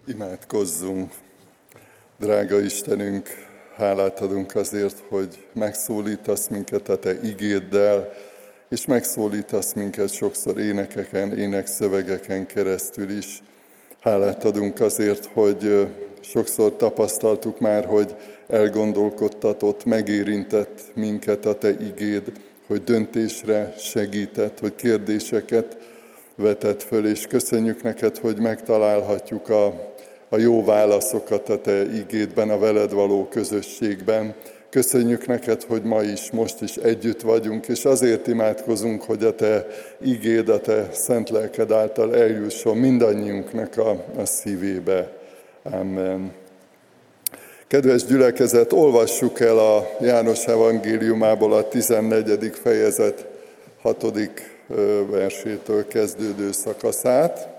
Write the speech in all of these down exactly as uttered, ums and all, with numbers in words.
Imádkozzunk! Drága Istenünk, hálát adunk azért, hogy megszólítasz minket a Te igéddel, és megszólítasz minket sokszor énekeken, énekszövegeken keresztül is. Hálát adunk azért, hogy sokszor tapasztaltuk már, hogy elgondolkodtatott, megérintett minket a Te igéd, hogy döntésre segített, hogy kérdéseket vetett föl, és köszönjük neked, hogy megtalálhatjuk a, a jó válaszokat a Te igédben, a veled való közösségben. Köszönjük neked, hogy ma is, most is együtt vagyunk, és azért imádkozunk, hogy a Te igéd, a Te szent lelked által eljusson mindannyiunknak a, a szívébe. Amen. Kedves gyülekezet, olvassuk el a János evangéliumából a tizennegyedik fejezet hatodik versétől kezdődő szakaszát.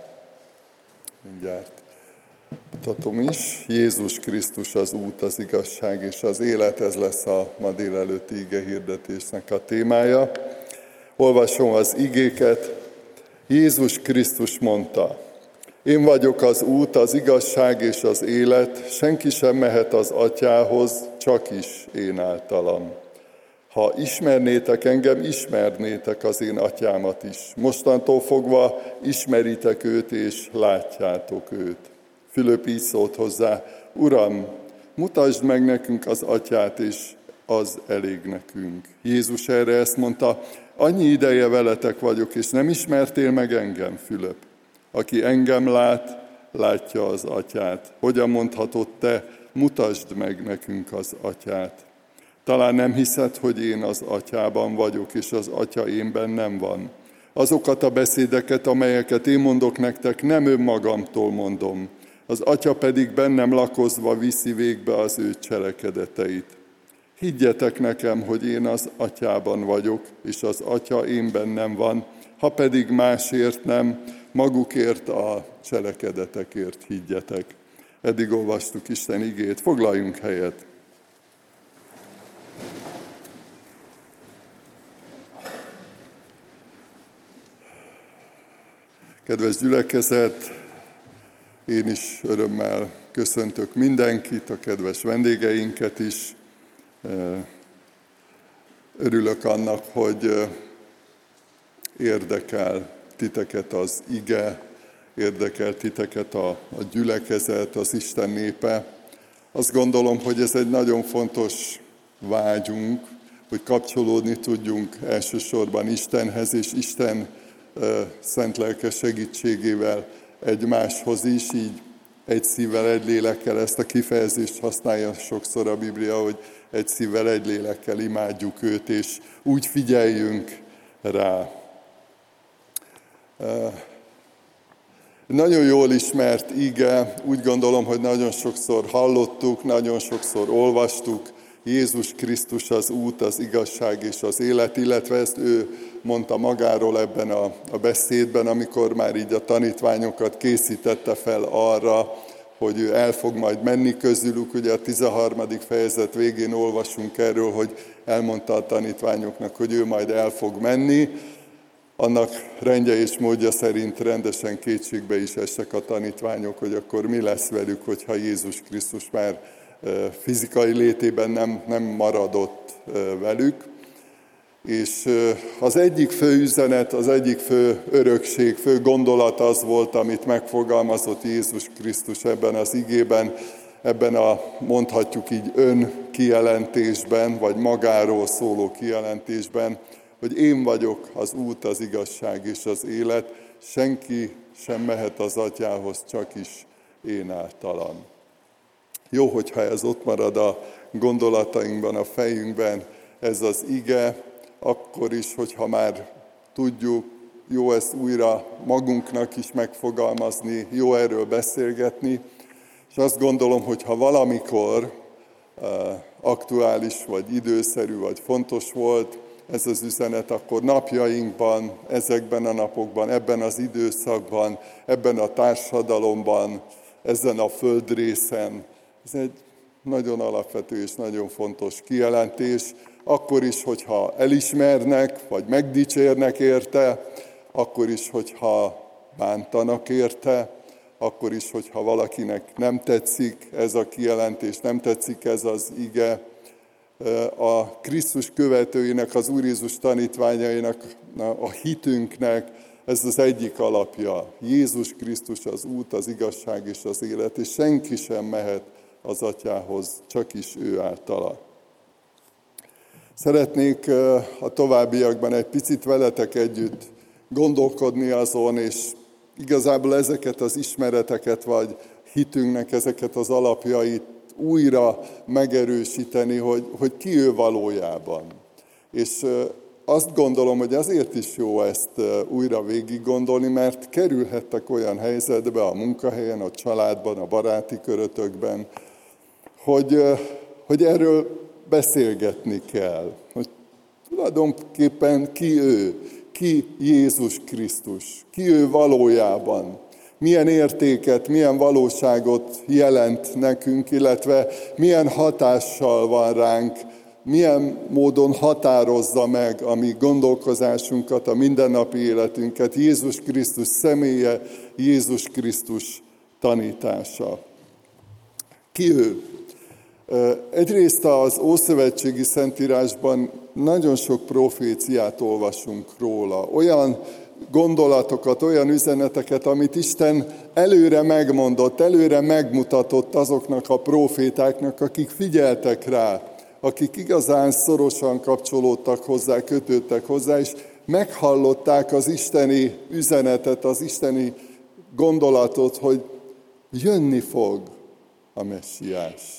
Mindjárt mutatom is. Jézus Krisztus az út, az igazság és az élet, ez lesz a ma délelőtti igehirdetésnek a témája. Olvasom az igéket. Jézus Krisztus mondta: Én vagyok az út, az igazság és az élet, senki sem mehet az Atyához, csak is én általam. Ha ismernétek engem, ismernétek az én Atyámat is. Mostantól fogva ismeritek őt és látjátok őt. Fülöp így szólt hozzá: Uram, mutasd meg nekünk az Atyát, és az elég nekünk. Jézus erre ezt mondta: Annyi ideje veletek vagyok, és nem ismertél meg engem, Fülöp? Aki engem lát, látja az Atyát. Hogyan mondhatod te: mutasd meg nekünk az Atyát? Talán nem hiszed, hogy én az Atyában vagyok, és az Atya én bennem van. Azokat a beszédeket, amelyeket én mondok nektek, nem önmagamtól mondom. Az Atya pedig bennem lakozva viszi végbe az ő cselekedeteit. Higgyetek nekem, hogy én az Atyában vagyok, és az Atya én bennem van, ha pedig másért nem, magukért a cselekedetekért higgyetek. Eddig olvastuk Isten igét, foglaljunk helyet. Kedves gyülekezet, én is örömmel köszöntök mindenkit, a kedves vendégeinket is. Örülök annak, hogy érdekel titeket az ige, érdekel titeket a, a gyülekezet, az Isten népe. Azt gondolom, hogy ez egy nagyon fontos vágyunk, hogy kapcsolódni tudjunk elsősorban Istenhez, és Isten szent lelke segítségével egymáshoz is, így egy szívvel, egy lélekkel, ezt a kifejezést használja sokszor a Biblia, hogy egy szívvel, egy lélekkel imádjuk őt, és úgy figyeljünk rá. Nagyon jól ismert ige, úgy gondolom, hogy nagyon sokszor hallottuk, nagyon sokszor olvastuk, Jézus Krisztus az út, az igazság és az élet, illetve ezt ő mondta magáról ebben a, a beszédben, amikor már így a tanítványokat készítette fel arra, hogy ő el fog majd menni közülük. Ugye a tizenharmadik fejezet végén olvasunk erről, hogy elmondta a tanítványoknak, hogy ő majd el fog menni. Annak rendje és módja szerint rendesen kétségbe is estek a tanítványok, hogy akkor mi lesz velük, hogyha Jézus Krisztus már fizikai létében nem, nem maradott velük. És az egyik fő üzenet, az egyik fő örökség, fő gondolat az volt, amit megfogalmazott Jézus Krisztus ebben az igében, ebben a, mondhatjuk így, ön kijelentésben, vagy magáról szóló kijelentésben, hogy én vagyok az út, az igazság és az élet, senki sem mehet az Atyához, csak is én általam. Jó, hogyha ez ott marad a gondolatainkban, a fejünkben, ez az ige, akkor is, hogyha már tudjuk, jó ezt újra magunknak is megfogalmazni, jó erről beszélgetni, és azt gondolom, hogy ha valamikor uh, aktuális, vagy időszerű, vagy fontos volt ez az üzenet, akkor napjainkban, ezekben a napokban, ebben az időszakban, ebben a társadalomban, ezen a földrészen, ez egy nagyon alapvető és nagyon fontos kijelentés, akkor is, hogyha elismernek, vagy megdicsérnek érte, akkor is, hogyha bántanak érte, akkor is, hogyha valakinek nem tetszik ez a kijelentés, nem tetszik ez az ige. A Krisztus követőinek, az Úr Jézus tanítványainak, a hitünknek ez az egyik alapja. Jézus Krisztus az út, az igazság és az élet, és senki sem mehet az Atyához, csak is ő általa. Szeretnék a továbbiakban egy picit veletek együtt gondolkodni azon, és igazából ezeket az ismereteket, vagy hitünknek ezeket az alapjait újra megerősíteni, hogy, hogy ki ő valójában. És azt gondolom, hogy azért is jó ezt újra végig gondolni, mert kerülhettek olyan helyzetbe a munkahelyen, a családban, a baráti körötökben, hogy, hogy erről beszélgetni kell. Hogy tulajdonképpen ki ő, ki Jézus Krisztus, ki ő valójában, milyen értéket, milyen valóságot jelent nekünk, illetve milyen hatással van ránk, milyen módon határozza meg a mi gondolkozásunkat, a mindennapi életünket, Jézus Krisztus személye, Jézus Krisztus tanítása. Ki ő? Egyrészt az Ószövetségi Szentírásban nagyon sok proféciát olvasunk róla, olyan gondolatokat, olyan üzeneteket, amit Isten előre megmondott, előre megmutatott azoknak a profétáknak, akik figyeltek rá, akik igazán szorosan kapcsolódtak hozzá, kötődtek hozzá, és meghallották az isteni üzenetet, az isteni gondolatot, hogy jönni fog a Messiás.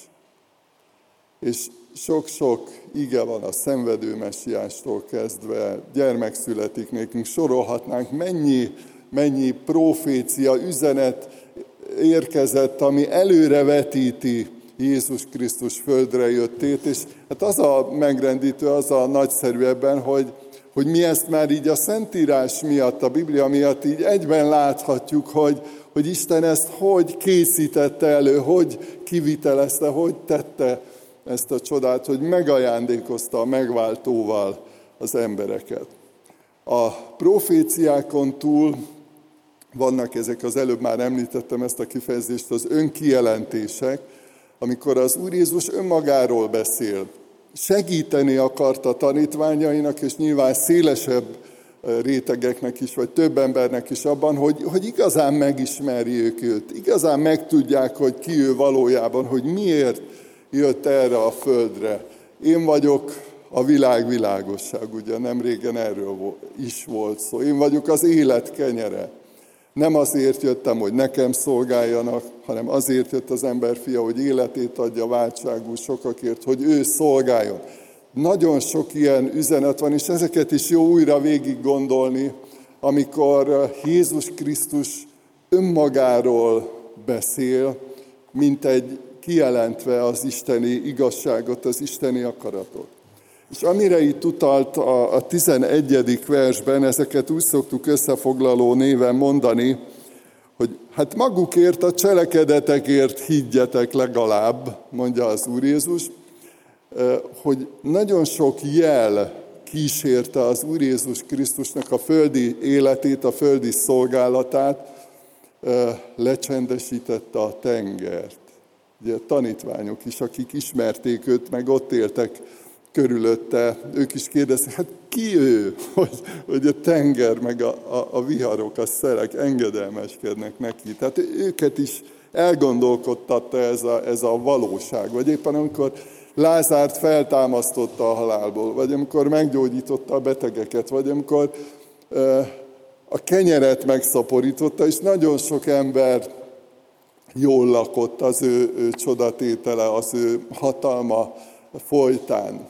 És sok-sok ige van a szenvedő messiástól kezdve, gyermek születik nékünk, sorolhatnánk, mennyi, mennyi profécia, üzenet érkezett, ami előrevetíti Jézus Krisztus földre jöttét, és hát az a megrendítő, az a nagyszerű ebben, hogy, hogy mi ezt már így a Szentírás miatt, a Biblia miatt így egyben láthatjuk, hogy, hogy Isten ezt hogy készítette elő, hogy kivitelezte, hogy tette ezt a csodát, hogy megajándékozta a megváltóval az embereket. A proféciákon túl vannak ezek, az előbb már említettem ezt a kifejezést, az önkijelentések, amikor az Úr Jézus önmagáról beszél. Segíteni akart a tanítványainak, és nyilván szélesebb rétegeknek is, vagy több embernek is abban, hogy, hogy igazán megismerjék őt, igazán megtudják, hogy ki ő valójában, hogy miért jött erre a földre. Én vagyok a világ világosság, ugye nem régen erről is volt szó. Én vagyok az élet kenyere. Nem azért jöttem, hogy nekem szolgáljanak, hanem azért jött az emberfia, hogy életét adja váltságú sokakért, hogy ő szolgáljon. Nagyon sok ilyen üzenet van, és ezeket is jó újra végig gondolni, amikor Jézus Krisztus önmagáról beszél, mint egy kijelentve az isteni igazságot, az isteni akaratot. És amire itt utalt a, a tizenegyedik versben, ezeket úgy szoktuk összefoglaló néven mondani, hogy hát magukért, a cselekedetekért higgyetek legalább, mondja az Úr Jézus, hogy nagyon sok jel kísérte az Úr Jézus Krisztusnak a földi életét, a földi szolgálatát, lecsendesítette a tengert. Ugye a tanítványok is, akik ismerték őt, meg ott éltek körülötte, ők is kérdezték, hát ki ő, hogy, hogy a tenger, meg a, a, a viharok, a szelek engedelmeskednek neki. Tehát őket is elgondolkodtatta ez a, ez a valóság. Vagy éppen amikor Lázárt feltámasztotta a halálból, vagy amikor meggyógyította a betegeket, vagy amikor uh, a kenyeret megszaporította, és nagyon sok ember jól lakott az ő, ő csodatétele, az ő hatalma folytán.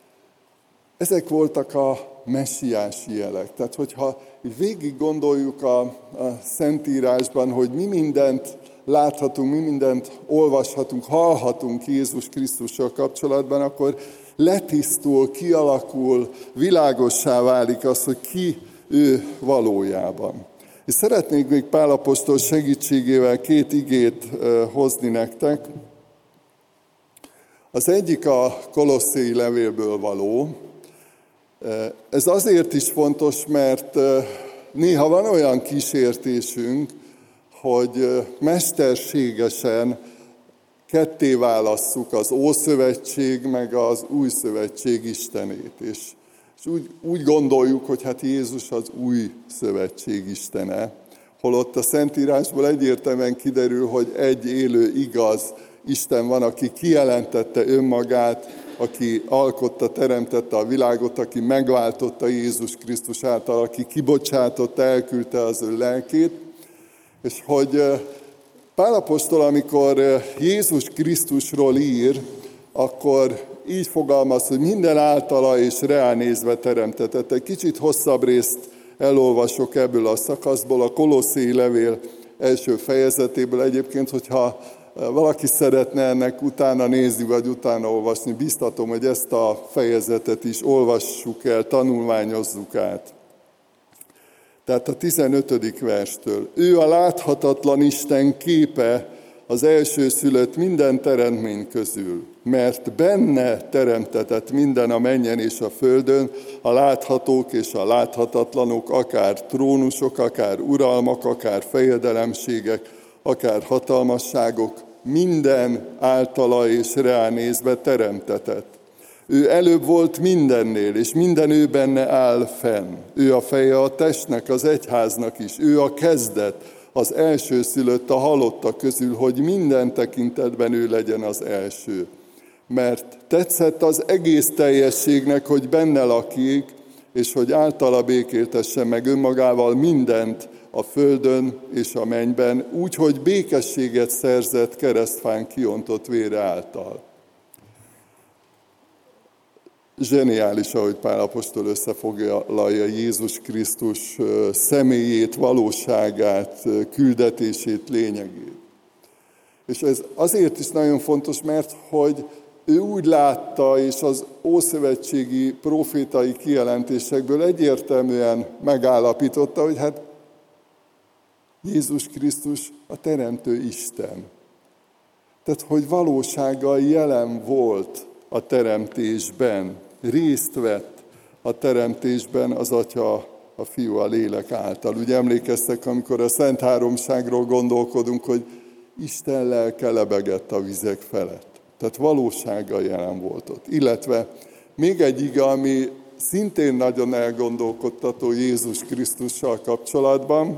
Ezek voltak a messiási jelek. Tehát, hogyha végig gondoljuk a, a Szentírásban, hogy mi mindent láthatunk, mi mindent olvashatunk, hallhatunk Jézus Krisztussal kapcsolatban, akkor letisztul, kialakul, világossá válik az, hogy ki ő valójában. És szeretnék még Pál apostol segítségével két igét hozni nektek. Az egyik a Kolosszéi levélből való. Ez azért is fontos, mert néha van olyan kísértésünk, hogy mesterségesen ketté válasszuk az Ószövetség meg az Új Szövetség Istenét. És, és úgy, úgy gondoljuk, hogy hát Jézus az Új Szövetség Istene, holott a Szentírásból egyértelműen kiderül, hogy egy élő, igaz Isten van, aki kijelentette önmagát, aki alkotta, teremtette a világot, aki megváltotta Jézus Krisztus által, aki kibocsátotta, elküldte az ő lelkét, és hogy Pál apostol, amikor Jézus Krisztusról ír, akkor így fogalmaz, hogy minden általa és ránézve teremtetett. Egy kicsit hosszabb részt elolvasok ebből a szakaszból, a Kolosszéi levél első fejezetéből. Egyébként, hogyha valaki szeretne ennek utána nézni, vagy utána olvasni, biztatom, hogy ezt a fejezetet is olvassuk el, tanulmányozzuk át. Tehát a tizenötödik verstől. Ő a láthatatlan Isten képe, az elsőszülött minden teremtmény közül, mert benne teremtetett minden a mennyen és a földön, a láthatók és a láthatatlanok, akár trónusok, akár uralmak, akár fejedelemségek, akár hatalmasságok, minden általa és ránézve teremtetett. Ő előbb volt mindennél, és minden ő benne áll fenn. Ő a feje a testnek, az egyháznak is. Ő a kezdet, az elsőszülött a halottak közül, hogy minden tekintetben ő legyen az első. Mert tetszett az egész teljességnek, hogy benne lakik, és hogy általa békéltesse meg önmagával mindent a földön és a mennyben, úgy, hogy békességet szerzett keresztfán kiontott vére által. Zseniális, ahogy Pál apostol összefoglalja Jézus Krisztus személyét, valóságát, küldetését, lényegét. És ez azért is nagyon fontos, mert hogy ő úgy látta, és az ószövetségi profétai kijelentésekből egyértelműen megállapította, hogy hát Jézus Krisztus a teremtő Isten. Tehát, hogy valósággal jelen volt a teremtésben, részt vett a teremtésben az Atya, a Fiú, a Lélek által. Ugye emlékeztek, amikor a Szent Háromságról gondolkodunk, hogy Isten lelke lebegett a vizek felett. Tehát valósággal jelen volt ott. Illetve még egy ige, ami szintén nagyon elgondolkodtató Jézus Krisztussal kapcsolatban,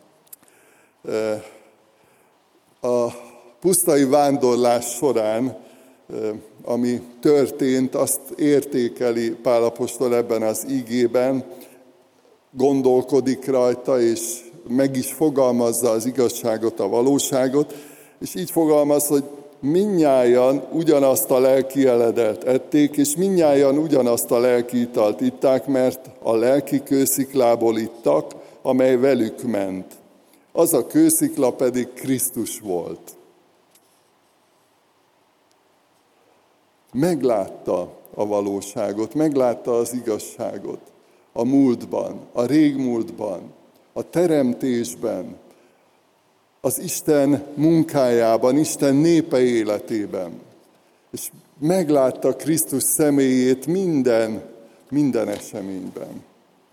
a pusztai vándorlás során, ami történt, azt értékeli Pál apostol ebben az igében, gondolkodik rajta, és meg is fogalmazza az igazságot, a valóságot, és így fogalmaz, hogy mindnyájan ugyanazt a lelki eledelt ették, és mindnyájan ugyanazt a lelki italt itták, mert a lelki kősziklából ittak, amely velük ment. Az a kőszikla pedig Krisztus volt. Meglátta a valóságot, meglátta az igazságot a múltban, a régmúltban, a teremtésben, az Isten munkájában, Isten népe életében. És meglátta Krisztus személyét minden, minden eseményben.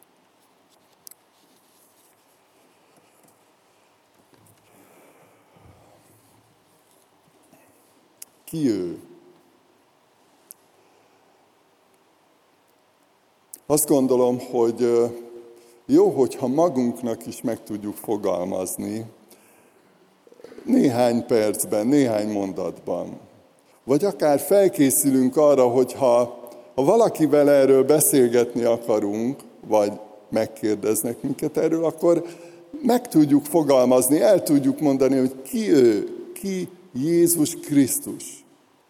Ki ő? Azt gondolom, hogy jó, hogyha magunknak is meg tudjuk fogalmazni néhány percben, néhány mondatban. Vagy akár felkészülünk arra, hogyha ha valakivel erről beszélgetni akarunk, vagy megkérdeznek minket erről, akkor meg tudjuk fogalmazni, el tudjuk mondani, hogy ki ő, ki Jézus Krisztus.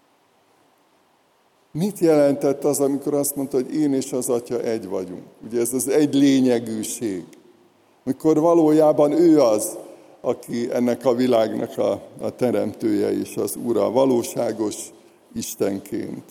Mit jelentett az, amikor azt mondta, hogy én és az Atya egy vagyunk? Ugye ez az egy lényegűség. Mikor valójában ő az, aki ennek a világnak a, a teremtője és az Ura, valóságos Istenként.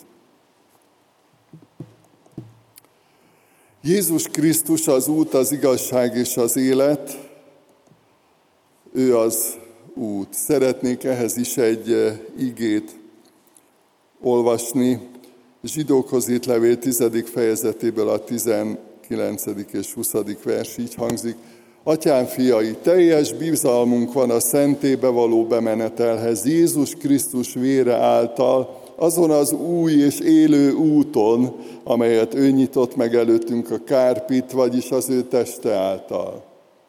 Jézus Krisztus az út, az igazság és az élet. Ő az út. Szeretnék ehhez is egy igét olvasni. Zsidókhoz írt levél tizedik fejezetéből a tizenkilencedik és huszadik vers így hangzik. Atyám fiai, teljes bizalmunk van a szentébe való bemenetelhez, Jézus Krisztus vére által, azon az új és élő úton, amelyet ő nyitott meg előttünk a kárpit, vagyis az ő teste által.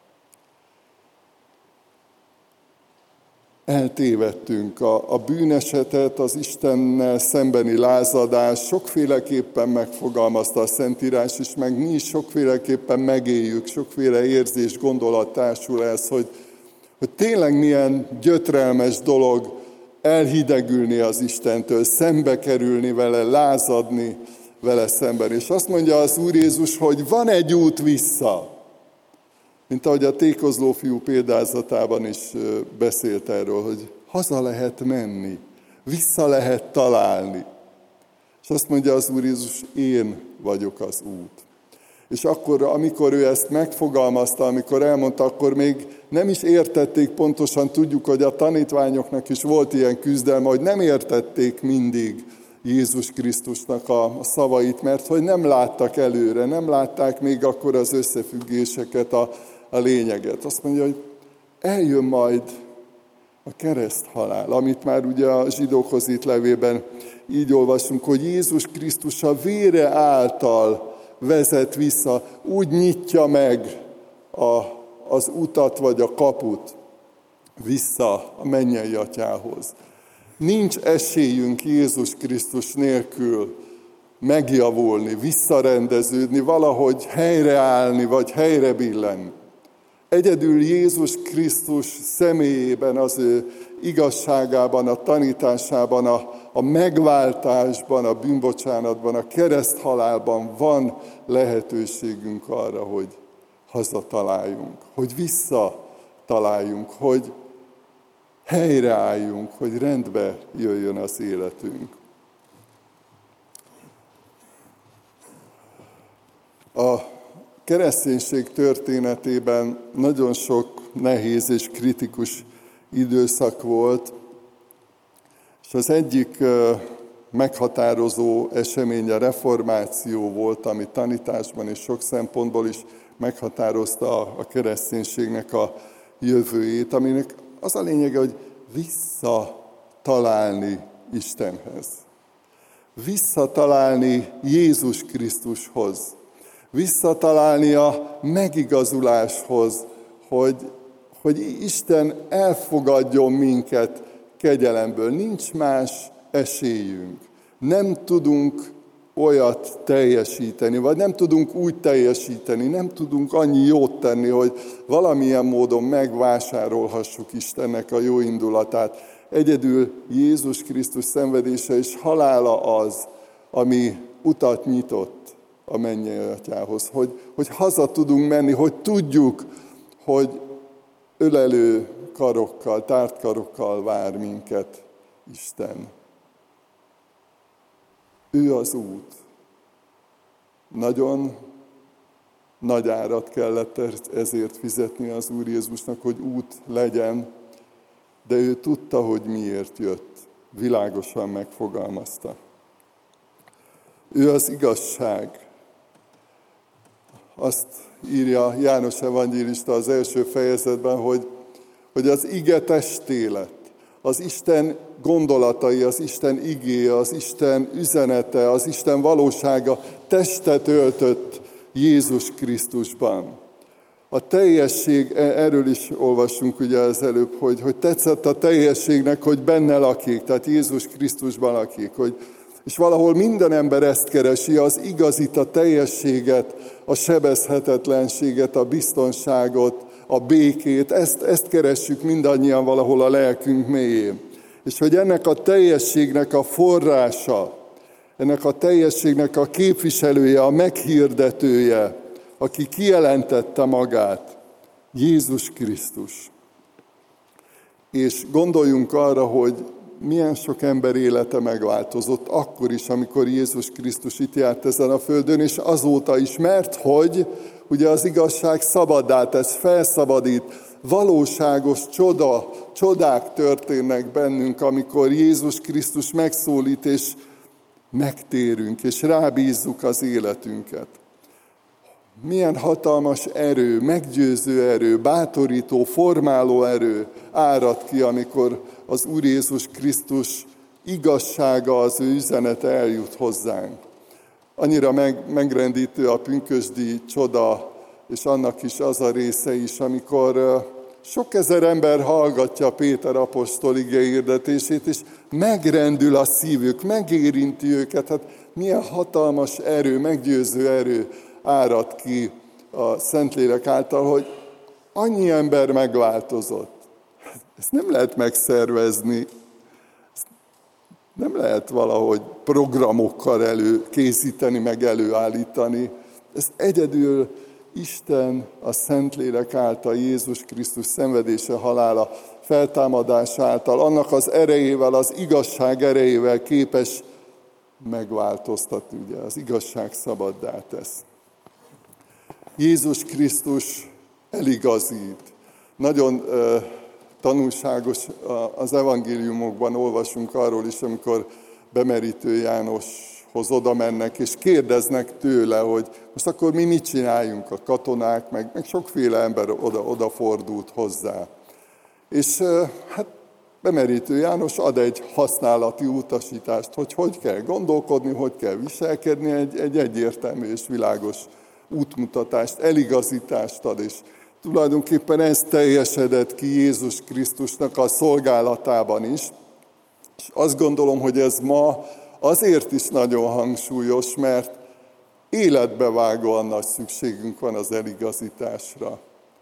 Eltévedtünk. A, a bűnesetet, az Istennel szembeni lázadást sokféleképpen megfogalmazta a Szentírás, és meg mi is sokféleképpen megéljük, sokféle érzés, gondolat társul ez, hogy, hogy tényleg milyen gyötrelmes dolog elhidegülni az Istentől, szembe kerülni vele, lázadni vele szemben. És azt mondja az Úr Jézus, hogy van egy út vissza. Mint ahogy a tékozló fiú példázatában is beszélt erről, hogy haza lehet menni, vissza lehet találni. És azt mondja az Úr Jézus, én vagyok az út. És akkor, amikor ő ezt megfogalmazta, amikor elmondta, akkor még nem is értették pontosan, tudjuk, hogy a tanítványoknak is volt ilyen küzdelme, hogy nem értették mindig Jézus Krisztusnak a szavait, mert hogy nem láttak előre, nem látták még akkor az összefüggéseket, a, a lényeget. Azt mondja, hogy eljön majd a kereszthalál, amit már ugye a zsidókhoz írt levélben így olvasunk, hogy Jézus Krisztus a vére által vezet vissza, úgy nyitja meg a, az utat vagy a kaput vissza a mennyei Atyához. Nincs esélyünk Jézus Krisztus nélkül megjavulni, visszarendeződni, valahogy helyreállni, vagy helyre billenni. Egyedül Jézus Krisztus személyében, az ő igazságában, a tanításában, a, a megváltásban, a bűnbocsánatban, a kereszthalálban van lehetőségünk arra, hogy hazataláljunk, hogy visszataláljunk, hogy helyreálljunk, hogy rendbe jöjjön az életünk. A kereszténység történetében nagyon sok nehéz és kritikus időszak volt, és az egyik meghatározó esemény a reformáció volt, ami tanításban és sok szempontból is meghatározta a kereszténységnek a jövőjét, aminek az a lényege, hogy visszatalálni Istenhez. Visszatalálni Jézus Krisztushoz. Visszatalálni a megigazuláshoz, hogy, hogy Isten elfogadjon minket kegyelemből. Nincs más esélyünk. Nem tudunk olyat teljesíteni, vagy nem tudunk úgy teljesíteni, nem tudunk annyi jót tenni, hogy valamilyen módon megvásárolhassuk Istennek a jó indulatát. Egyedül Jézus Krisztus szenvedése és halála az, ami utat nyitott a mennyei Atyához, hogy, hogy haza tudunk menni, hogy tudjuk, hogy ölelő karokkal, tárt karokkal vár minket Isten. Ő az út. Nagyon nagy árat kellett ezért fizetni az Úr Jézusnak, hogy út legyen, de ő tudta, hogy miért jött. Világosan megfogalmazta. Ő az igazság. Azt írja János evangélista az első fejezetben, hogy, hogy az ige testé lett. Az Isten gondolatai, az Isten igéje, az Isten üzenete, az Isten valósága testet öltött Jézus Krisztusban. A teljesség, erről is olvassunk ugye az előbb, hogy, hogy tetszett a teljességnek, hogy benne lakik, tehát Jézus Krisztusban lakik, hogy, és valahol minden ember ezt keresi, az igazit, a teljességet, a sebezhetetlenséget, a biztonságot, a békét, ezt, ezt keressük mindannyian valahol a lelkünk mélyén. És hogy ennek a teljességnek a forrása, ennek a teljességnek a képviselője, a meghirdetője, aki kijelentette magát, Jézus Krisztus. És gondoljunk arra, hogy milyen sok ember élete megváltozott akkor is, amikor Jézus Krisztus itt járt ezen a földön, és azóta is, mert hogy ugye az igazság szabaddá tesz, felszabadít, valóságos csoda, csodák történnek bennünk, amikor Jézus Krisztus megszólít, és megtérünk, és rábízzuk az életünket. milyen hatalmas erő, meggyőző erő, bátorító, formáló erő árad ki, amikor az Úr Jézus Krisztus igazsága, az ő üzenete eljut hozzánk. Annyira meg, megrendítő a pünkösdi csoda, és annak is az a része is, amikor sok ezer ember hallgatja Péter apostol igehirdetését, és megrendül a szívük, megérinti őket. Hát milyen hatalmas erő, meggyőző erő árad ki a Szentlélek által, hogy annyi ember megváltozott. Ezt nem lehet megszervezni, ezt nem lehet valahogy programokkal előkészíteni, meg előállítani. Ezt egyedül Isten a Szentlélek által, Jézus Krisztus szenvedése, halála, feltámadása által, annak az erejével, az igazság erejével képes megváltoztatni, ugye, az igazság szabaddá tesz. Jézus Krisztus eligazít. Nagyon uh, tanulságos az evangéliumokban olvasunk arról is, amikor Bemerítő Jánoshoz oda mennek, és kérdeznek tőle, hogy most akkor mi mit csináljunk, a katonák, meg, meg sokféle ember oda, oda fordult hozzá. És uh, hát Bemerítő János ad egy használati utasítást, hogy hogy kell gondolkodni, hogy kell viselkedni, egy, egy egyértelmű és világos útmutatást, eligazítást ad, és tulajdonképpen ez teljesedett ki Jézus Krisztusnak a szolgálatában is. És azt gondolom, hogy ez ma azért is nagyon hangsúlyos, mert életbevágóan nagy szükségünk van az eligazításra.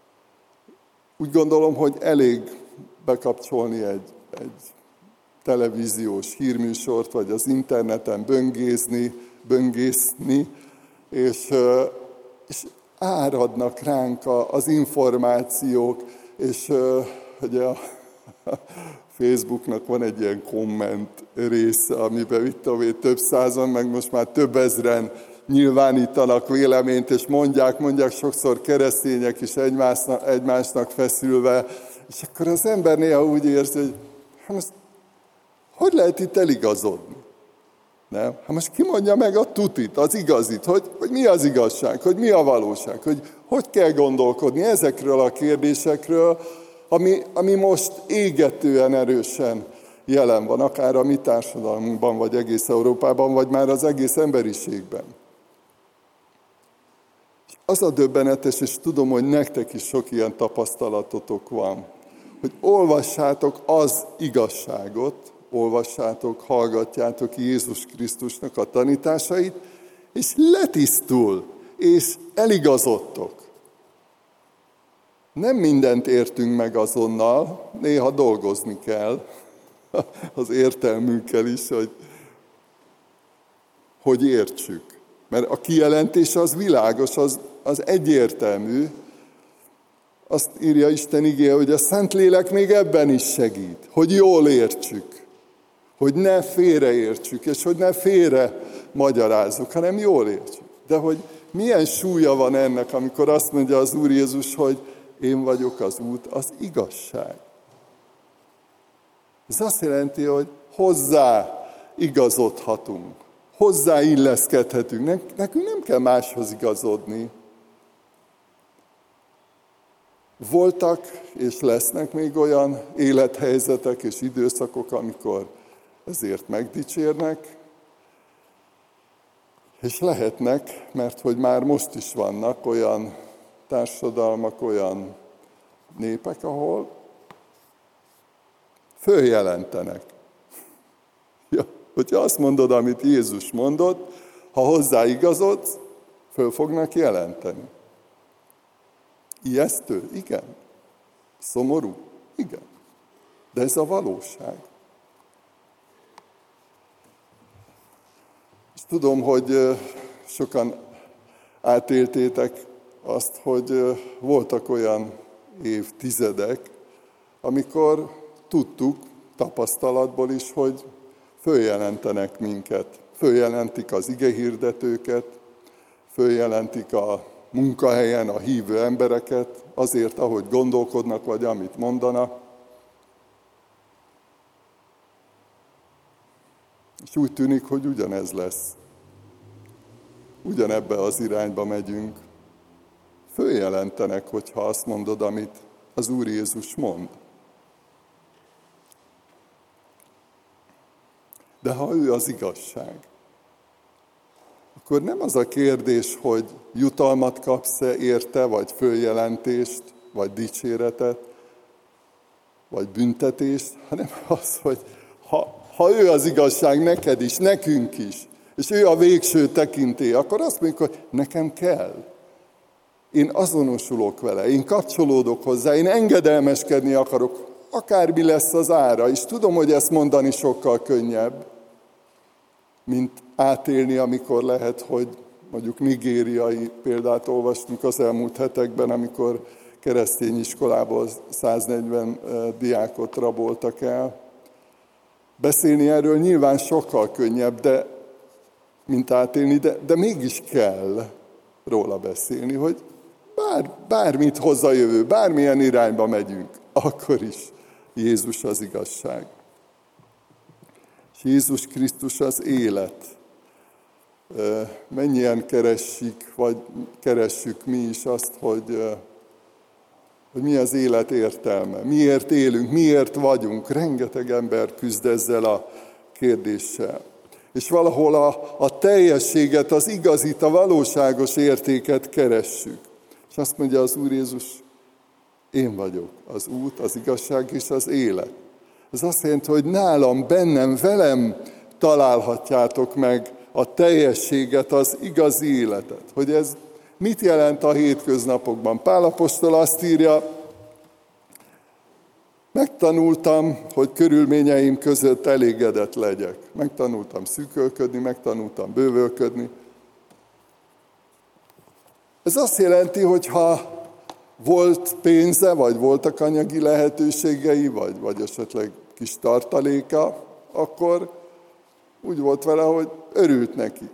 Úgy gondolom, hogy elég bekapcsolni egy, egy televíziós hírműsort, vagy az interneten böngészni, böngészni, és, és áradnak ránk az információk, és ugye a Facebooknak van egy ilyen komment része, amiben mit tudom én, több százan, meg most már több ezren nyilvánítanak véleményt, és mondják, mondják sokszor keresztények is egymásnak, egymásnak feszülve, és akkor az ember néha úgy érzi, hogy hát most, hogy lehet itt eligazodni? Nem? Hát most ki mondja meg a tutit, az igazit, hogy, hogy mi az igazság, hogy mi a valóság, hogy hogy kell gondolkodni ezekről a kérdésekről, ami, ami most égetően erősen jelen van, akár a mi társadalmunkban, vagy egész Európában, vagy már az egész emberiségben. És az a döbbenetes, és tudom, hogy nektek is sok ilyen tapasztalatotok van, hogy olvassátok az igazságot, olvassátok, hallgatjátok Jézus Krisztusnak a tanításait, és letisztul, és eligazodtok. Nem mindent értünk meg azonnal, néha dolgozni kell az értelmünkkel is, hogy, hogy értsük. Mert a kijelentés az világos, az, az egyértelmű. Azt írja Isten igéje, hogy a Szentlélek még ebben is segít, hogy jól értsük, hogy ne félreértsük, és hogy ne félre magyarázzuk, hanem jól értsük. De hogy milyen súlya van ennek, amikor azt mondja az Úr Jézus, hogy én vagyok az út, az igazság. Ez azt jelenti, hogy hozzá igazodhatunk, hozzá illeszkedhetünk. Nekünk nem kell máshoz igazodni. Voltak és lesznek még olyan élethelyzetek és időszakok, amikor ezért megdicsérnek, és lehetnek, mert hogy már most is vannak olyan társadalmak, olyan népek, ahol följelentenek. Ja, hogyha azt mondod, amit Jézus mondott, ha hozzáigazodsz, föl fognak jelenteni. Ijesztő? Igen. Szomorú? Igen. De ez a valóság. És tudom, hogy sokan átéltétek azt, hogy voltak olyan évtizedek, amikor tudtuk tapasztalatból is, hogy följelentenek minket. Följelentik az igehirdetőket, följelentik a munkahelyen a hívő embereket, azért, ahogy gondolkodnak, vagy amit mondanak. És úgy tűnik, hogy ugyanez lesz. Ugyanebbe az irányba megyünk. följelentenek, hogyha azt mondod, amit az Úr Jézus mond. De ha ő az igazság, akkor nem az a kérdés, hogy jutalmat kapsz-e érte, vagy följelentést, vagy dicséretet, vagy büntetést, hanem az, hogy ha, ha ő az igazság neked is, nekünk is, és ő a végső tekintély, akkor azt mondjuk, hogy nekem kell. Én azonosulok vele, én kapcsolódok hozzá, én engedelmeskedni akarok, akármi lesz az ára, és tudom, hogy ezt mondani sokkal könnyebb, mint átélni, amikor lehet, hogy mondjuk nigériai példát olvastunk az elmúlt hetekben, amikor keresztény iskolából száznegyven diákot raboltak el. Beszélni erről nyilván sokkal könnyebb, de, mint átélni, de, de mégis kell róla beszélni, hogy bár, bármit hoz a jövő, bármilyen irányba megyünk, akkor is Jézus az igazság. És Jézus Krisztus az élet. Mennyien keressük, vagy keressük mi is azt, hogy, hogy mi az élet értelme, miért élünk, miért vagyunk. Rengeteg ember küzd ezzel a kérdéssel. És valahol a, a teljességet, az igazit, a valóságos értéket keressük. És azt mondja az Úr Jézus, én vagyok az út, az igazság és az élet. Ez azt jelenti, hogy nálam, bennem, velem találhatjátok meg a teljességet, az igazi életet. Hogy ez mit jelent a hétköznapokban? Pál apostol azt írja, megtanultam, hogy körülményeim között elégedett legyek. Megtanultam szűkölködni, megtanultam bővölködni. Ez azt jelenti, hogy ha volt pénze, vagy voltak anyagi lehetőségei, vagy, vagy esetleg kis tartaléka, akkor úgy volt vele, hogy örült neki.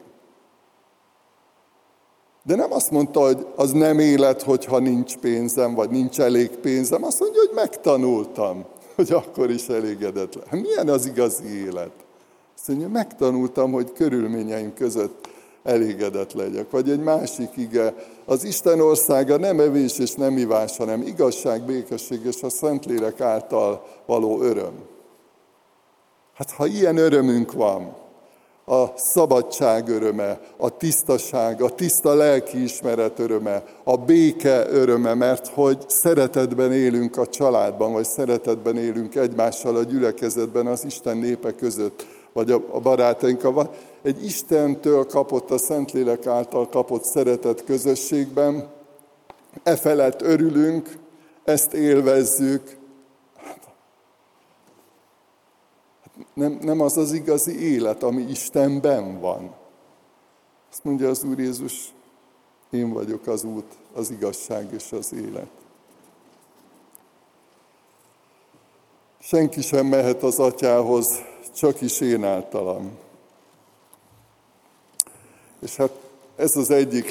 De nem azt mondta, hogy az nem élet, hogyha nincs pénzem, vagy nincs elég pénzem. Azt mondja, hogy megtanultam, hogy akkor is elégedett le. Hát milyen az igazi élet? Azt mondja, megtanultam, hogy körülményeim között elégedett legyek. Vagy egy másik ige, az Isten országa nem evés és nem ivás, hanem igazság, békesség és a Szentlélek által való öröm. Hát ha ilyen örömünk van, a szabadság öröme, a tisztaság, a tiszta lelkiismeret öröme, a béke öröme, mert hogy szeretetben élünk a családban, vagy szeretetben élünk egymással a gyülekezetben, az Isten népe között, vagy a barátainkkal. Egy Istentől kapott, a Szentlélek által kapott szeretet közösségben, e felett örülünk, ezt élvezzük. Nem, nem az az igazi élet, ami Istenben van. Azt mondja az Úr Jézus, én vagyok az út, az igazság és az élet. Senki sem mehet az Atyához, csak is én általam. És hát ez az egyik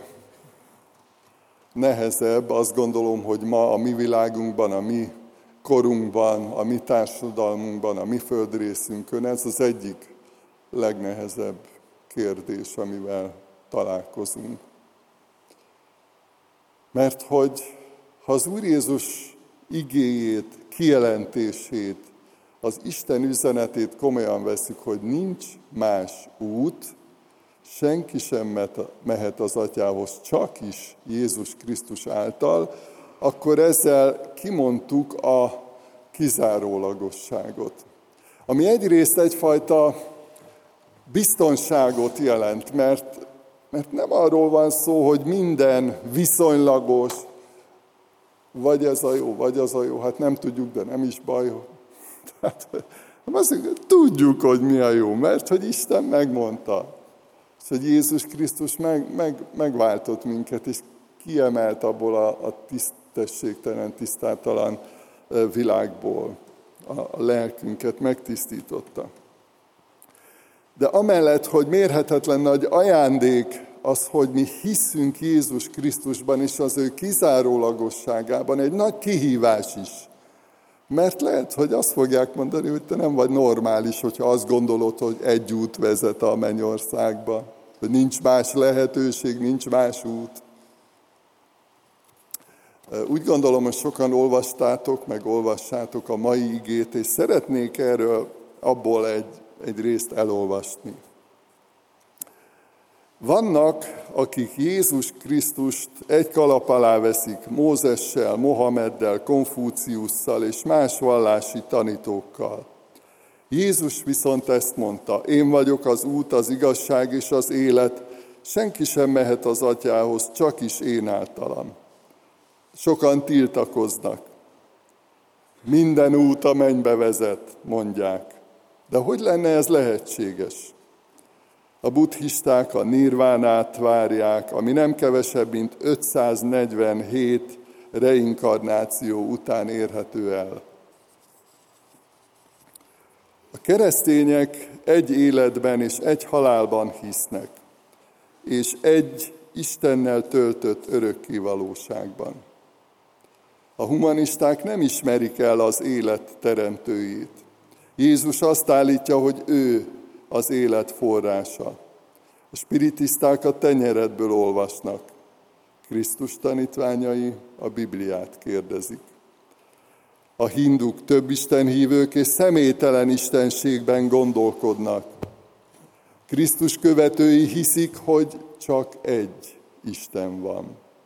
legnehezebb, azt gondolom, hogy ma a mi világunkban, a mi korunkban, a mi társadalmunkban, a mi földrészünkön, ez az egyik legnehezebb kérdés, amivel találkozunk. Mert hogy ha az Úr Jézus igéjét, kijelentését, az Isten üzenetét komolyan veszük, hogy nincs más út, senki sem mehet az Atyához, csak is Jézus Krisztus által, akkor ezzel kimondtuk a kizárólagosságot. Ami egyrészt egyfajta biztonságot jelent, mert, mert nem arról van szó, hogy minden viszonylagos, vagy ez a jó, vagy az a jó, hát nem tudjuk, de nem is baj. Tehát, azt mondjuk, tudjuk, hogy mi a jó, mert hogy Isten megmondta. És hogy Jézus Krisztus meg, meg, megváltott minket, és kiemelt abból a, a tisztességtelen, tisztátalan világból. A, a lelkünket megtisztította. De amellett, hogy mérhetetlen nagy ajándék az, hogy mi hiszünk Jézus Krisztusban és az ő kizárólagosságában, egy nagy kihívás is. Mert lehet, hogy azt fogják mondani, hogy te nem vagy normális, hogyha azt gondolod, hogy egy út vezet a mennyországba, hogy nincs más lehetőség, nincs más út. Úgy gondolom, hogy sokan olvastátok, meg olvassátok a mai igét, és szeretnék erről abból egy, egy részt elolvasni. Vannak, akik Jézus Krisztust egy kalap alá veszik Mózessel, Mohameddel, Konfúciusszal és más vallási tanítókkal. Jézus viszont ezt mondta: én vagyok az út, az igazság és az élet, senki sem mehet az Atyához, csak is én általam. Sokan tiltakoznak. Minden út a mennybe vezet, mondják. De hogy lenne ez lehetséges? A buddhisták a nirvánát várják, ami nem kevesebb, mint ötszáznegyvenhét reinkarnáció után érhető el. A keresztények egy életben és egy halálban hisznek, és egy Istennel töltött örökkévalóságban. A humanisták nem ismerik el az élet teremtőjét. Jézus azt állítja, hogy ő az élet forrása. A spiritisták a tenyeredből olvasnak. Krisztus tanítványai a Bibliát kérdezik. A hinduk többistenhívők és személytelen istenségben gondolkodnak. Krisztus követői hiszik, hogy csak egy Isten van.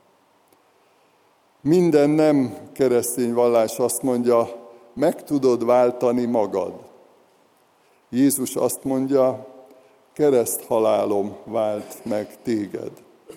Minden nem keresztény vallás azt mondja, meg tudod váltani magad. Jézus azt mondja, kereszthalálom vált meg téged.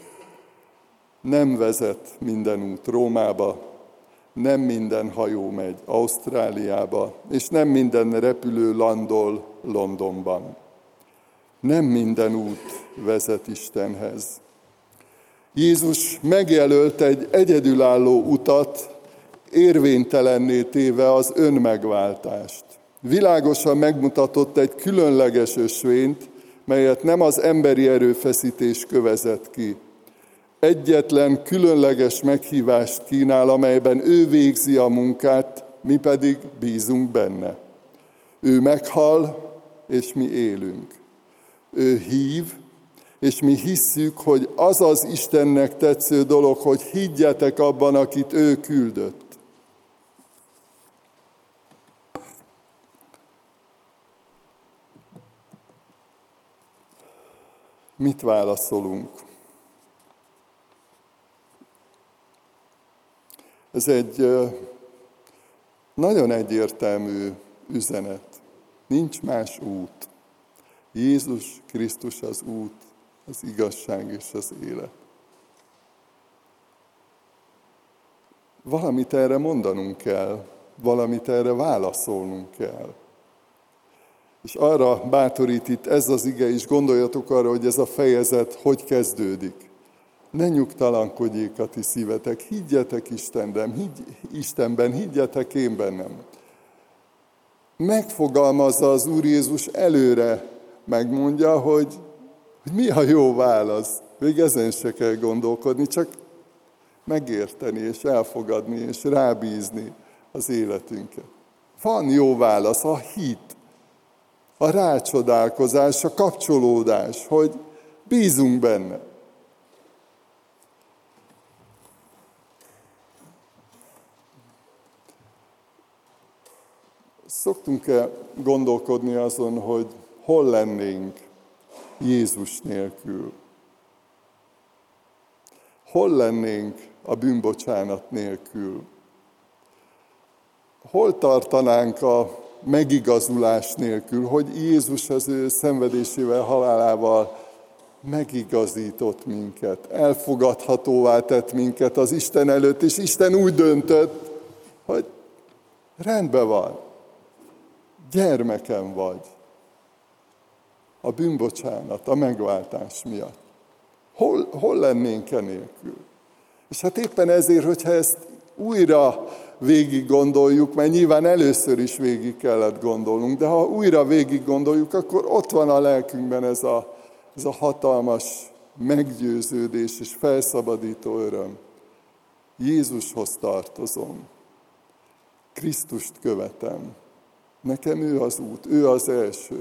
Nem vezet minden út Rómába, nem minden hajó megy Ausztráliába, és nem minden repülő landol Londonban. Nem minden út vezet Istenhez. Jézus megjelölt egy egyedülálló utat, érvénytelenné téve az önmegváltást. Világosan megmutatott egy különleges ösvényt, melyet nem az emberi erőfeszítés kövezett ki. Egyetlen különleges meghívást kínál, amelyben ő végzi a munkát, mi pedig bízunk benne. Ő meghal, és mi élünk. Ő hív, és mi hisszük, hogy az az Istennek tetsző dolog, hogy higgyetek abban, akit ő küldött. Mit válaszolunk? Ez egy nagyon egyértelmű üzenet. Nincs más út. Jézus Krisztus az út, az igazság és az élet. Valamit erre mondanunk kell, valamit erre válaszolnunk kell. És arra bátorít itt ez az ige is, gondoljatok arra, hogy ez a fejezet hogy kezdődik. Ne nyugtalankodjék a ti szívetek, higgyetek Istenben, higgy, Istenben, higgyetek én bennem. Megfogalmazza az Úr Jézus előre, megmondja, hogy, hogy mi a jó válasz. Még ezen se kell gondolkodni, csak megérteni és elfogadni és rábízni az életünket. Van jó válasz, a hit, a rácsodálkozás, a kapcsolódás, hogy bízunk benne. Szoktunk-e gondolkodni azon, hogy hol lennénk Jézus nélkül? Hol lennénk a bűnbocsánat nélkül? Hol tartanánk a megigazulás nélkül, hogy Jézus az ő szenvedésével, halálával megigazított minket, elfogadhatóvá tett minket az Isten előtt, és Isten úgy döntött, hogy rendben van, gyermekem vagy. A bűnbocsánat, a megváltás miatt. Hol, hol lennénk enélkül? És hát éppen ezért, hogyha ezt újra végig gondoljuk, mert nyilván először is végig kellett gondolnunk, de ha újra végig gondoljuk, akkor ott van a lelkünkben ez a, ez a hatalmas meggyőződés és felszabadító öröm. Jézushoz tartozom. Krisztust követem. Nekem ő az út, ő az első.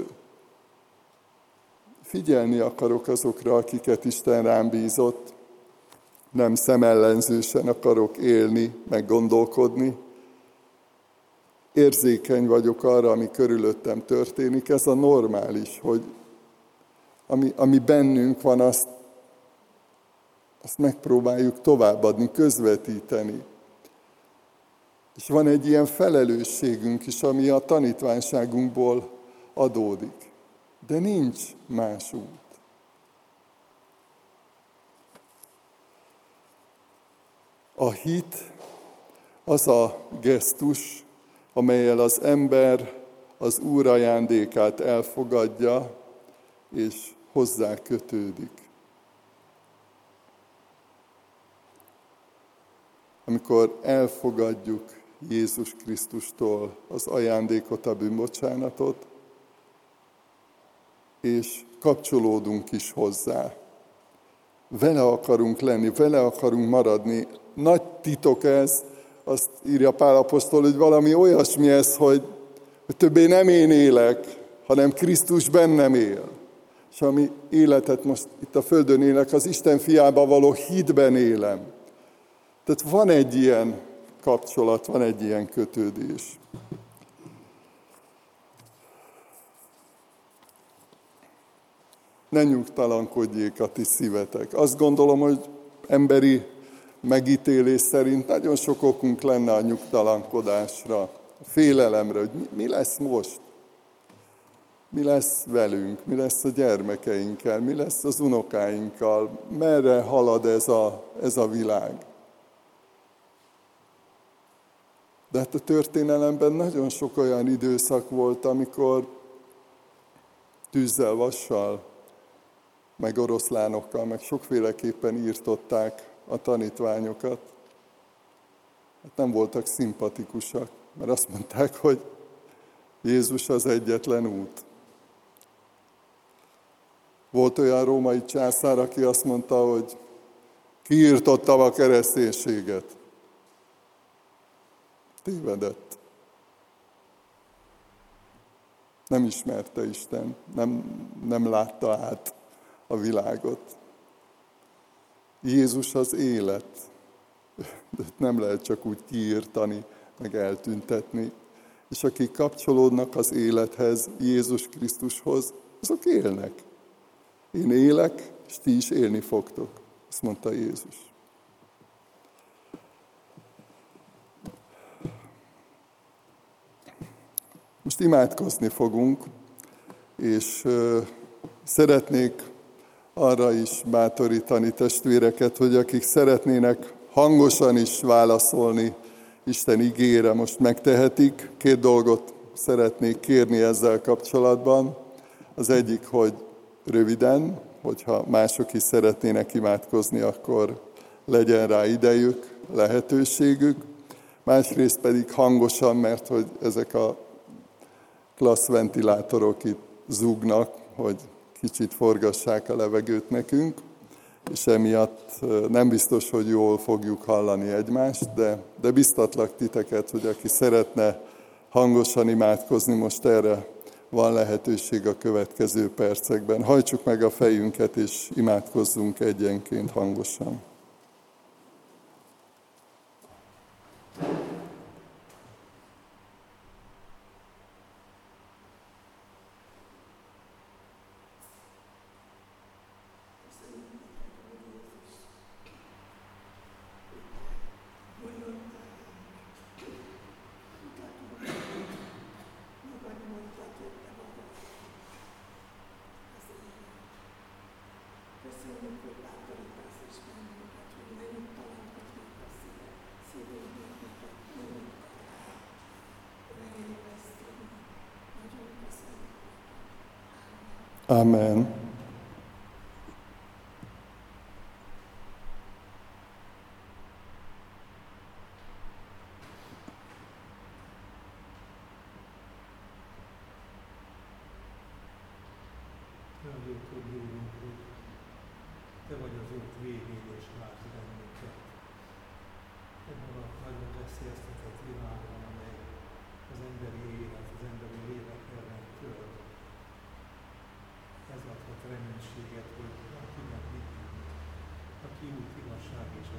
Figyelni akarok azokra, akiket Isten rám bízott. nem szemellenzősen akarok élni, meg gondolkodni. Érzékeny vagyok arra, ami körülöttem történik. Ez a normális, hogy ami, ami bennünk van, azt, azt megpróbáljuk továbbadni, közvetíteni. És van egy ilyen felelősségünk is, ami a tanítványságunkból adódik. De nincs más út. A hit az a gesztus, amellyel az ember az Úr ajándékát elfogadja, és hozzá kötődik. Amikor elfogadjuk Jézus Krisztustól az ajándékot, a bűnbocsánatot, és kapcsolódunk is hozzá. Vele akarunk lenni, vele akarunk maradni. Nagy titok ez, azt írja Pál apostol, hogy valami olyasmi ez, hogy, hogy többé nem én élek, hanem Krisztus bennem él. És ami életet most itt a földön élek, az Isten fiába való hitben élem. Tehát van egy ilyen kapcsolat, van egy ilyen kötődés. Ne nyugtalankodjék a ti szívetek. Azt gondolom, hogy emberi megítélés szerint nagyon sok okunk lenne a nyugtalankodásra, a félelemre, hogy mi, mi lesz most? Mi lesz velünk? Mi lesz a gyermekeinkkel? Mi lesz az unokáinkkal? Merre halad ez a, ez a világ? De hát a történelemben nagyon sok olyan időszak volt, amikor tűzzel, vassal, meg oroszlánokkal, meg sokféleképpen írtották a tanítványokat. Hát nem voltak szimpatikusak, mert azt mondták, hogy Jézus az egyetlen út. Volt olyan római császár, aki azt mondta, hogy kiirtottam a kereszténységet. Tévedett. Nem ismerte Isten, nem, nem látta át a világot. Jézus az élet. De nem lehet csak úgy kiírtani, meg eltüntetni. És akik kapcsolódnak az élethez, Jézus Krisztushoz, azok élnek. Én élek, és ti is élni fogtok. Ezt mondta Jézus. Most imádkozni fogunk, és uh, szeretnék arra is bátorítani testvéreket, hogy akik szeretnének hangosan is válaszolni Isten igére, most megtehetik. Két dolgot szeretnék kérni ezzel kapcsolatban. Az egyik, hogy röviden, hogyha mások is szeretnének imádkozni, akkor legyen rá idejük, lehetőségük. Másrészt pedig hangosan, mert hogy ezek a klassz ventilátorok itt zúgnak, hogy kicsit forgassák a levegőt nekünk, és emiatt nem biztos, hogy jól fogjuk hallani egymást, de, de biztatlak titeket, hogy aki szeretne hangosan imádkozni, most erre van lehetőség a következő percekben. Hajtsuk meg a fejünket, és imádkozzunk egyenként hangosan. Amen. Te vagy az út végén, és látsz bennünket. Ebben a nagyon veszélyeztetett világban, amely az emberi élet, az emberi lélek ellen tör. Ez adhat reménységet, hogy akinek mit, aki út, igazság és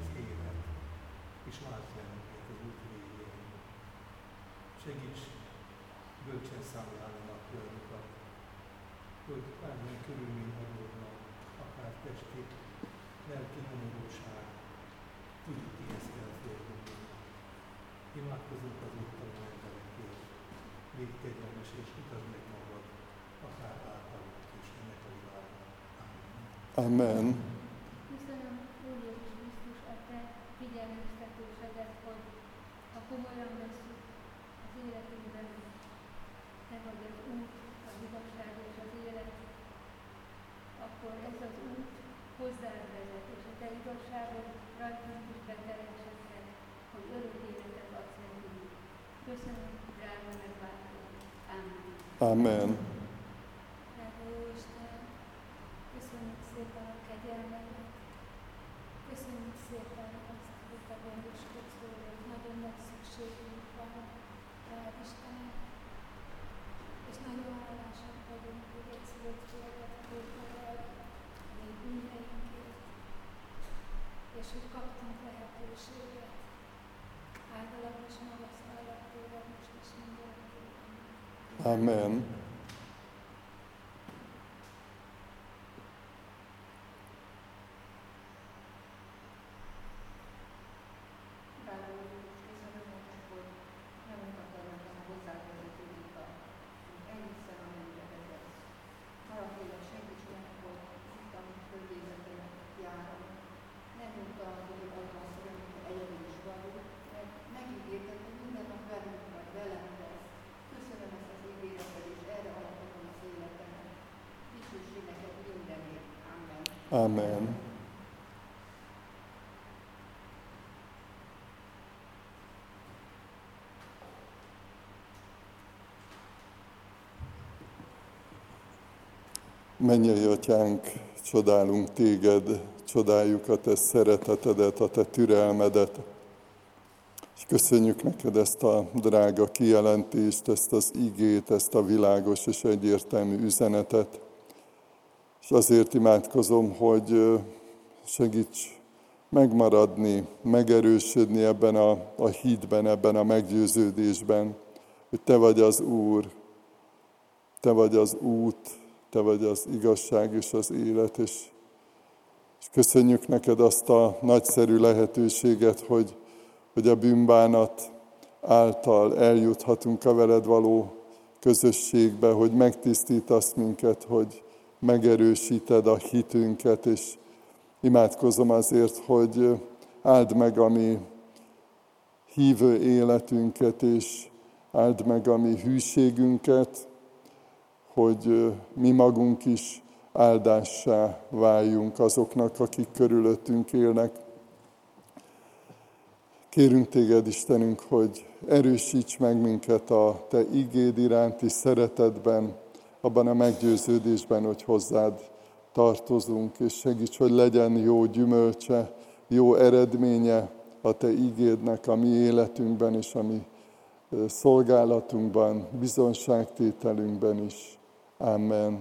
segíts bölcsen számlálni napjainkat, hogy bármilyen körülmény adódnak, akár testi, lelki nyomorúság, tudjuk, kihez kell fordulni. Imádkozunk az úttalan emberekért, légy kegyelmes és mutasd meg magad, akár általuk is ennek a világnak. Amen. Köszönöm, Úr Jézus Krisztus, a te figyelmeztetésedet, hogy ha komolyan veszünk az életünkben, te vagy az út, az igazság és az élet, akkor ez az út hozzád vezet, és a te igazságod rajtunk is beteljesedhet, hogy örök életet adsz nekünk. Köszönöm, drága megváltó. Amen. Amen. Drága jó Isten, köszönjük szépen a kegyelmedet, köszönjük szépen azt, hogy te gondoskodsz rólunk, nagyon nagy szükségünk van rád, Istenem, és nagyon hálásak vagyunk, hogy egy szülött férget küldtél el a mi bűneinkért, és hogy kaptunk lehetőséget. Áldalak és magasztalak téged most is mindenki. Amen. Drága Úr, köszönöm neked, hogy nem akarnak a hozzávezetődik a egészen a mennybe vezetsz. Arra kérlek, segíts meg, hogy az utam fölvézetén járom. Nem utal, hogy arra szólom, hogy egyedül is vagyok, mert megígérted, hogy minden nap velünk vagy, velem lesz. Köszönöm ezt az ígéretet, és erre alapozom az életemet. Dicsőség neked mindenért. Amen. Amen. Mennyei Atyánk, csodálunk téged, csodáljuk a te szeretetedet, a te türelmedet, és köszönjük neked ezt a drága kijelentést, ezt az igét, ezt a világos és egyértelmű üzenetet. És azért imádkozom, hogy segíts megmaradni, megerősödni ebben a, a hitben, ebben a meggyőződésben, hogy te vagy az Úr, te vagy az út, te vagy az igazság és az élet, és, és köszönjük neked azt a nagyszerű lehetőséget, hogy, hogy a bűnbánat által eljuthatunk a veled való közösségbe, hogy megtisztítasz minket, hogy megerősíted a hitünket, és imádkozom azért, hogy áld meg a mi hívő életünket, és áld meg a mi hűségünket, hogy mi magunk is áldássá váljunk azoknak, akik körülöttünk élnek. Kérünk téged, Istenünk, hogy erősíts meg minket a te igéd iránti szeretetben, abban a meggyőződésben, hogy hozzád tartozunk, és segíts, hogy legyen jó gyümölcse, jó eredménye a te igédnek a mi életünkben és a mi szolgálatunkban, bizonságtételünkben is. Amen.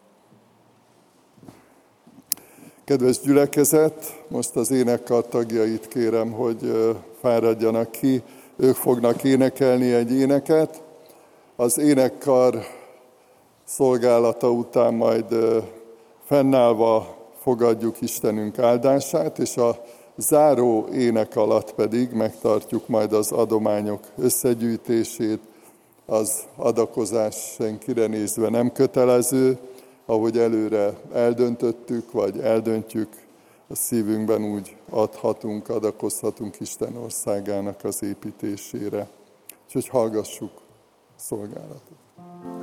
Kedves gyülekezet, most az énekkar tagjait kérem, hogy fáradjanak ki. Ők fognak énekelni egy éneket. Az énekkar szolgálata után majd fennállva fogadjuk Istenünk áldását, és a záró ének alatt pedig megtartjuk majd az adományok összegyűjtését. Az adakozás senkire nézve nem kötelező, ahogy előre eldöntöttük, vagy eldöntjük, a szívünkben úgy adhatunk, adakozhatunk Isten országának az építésére. Úgyhogy hallgassuk szolgálatot.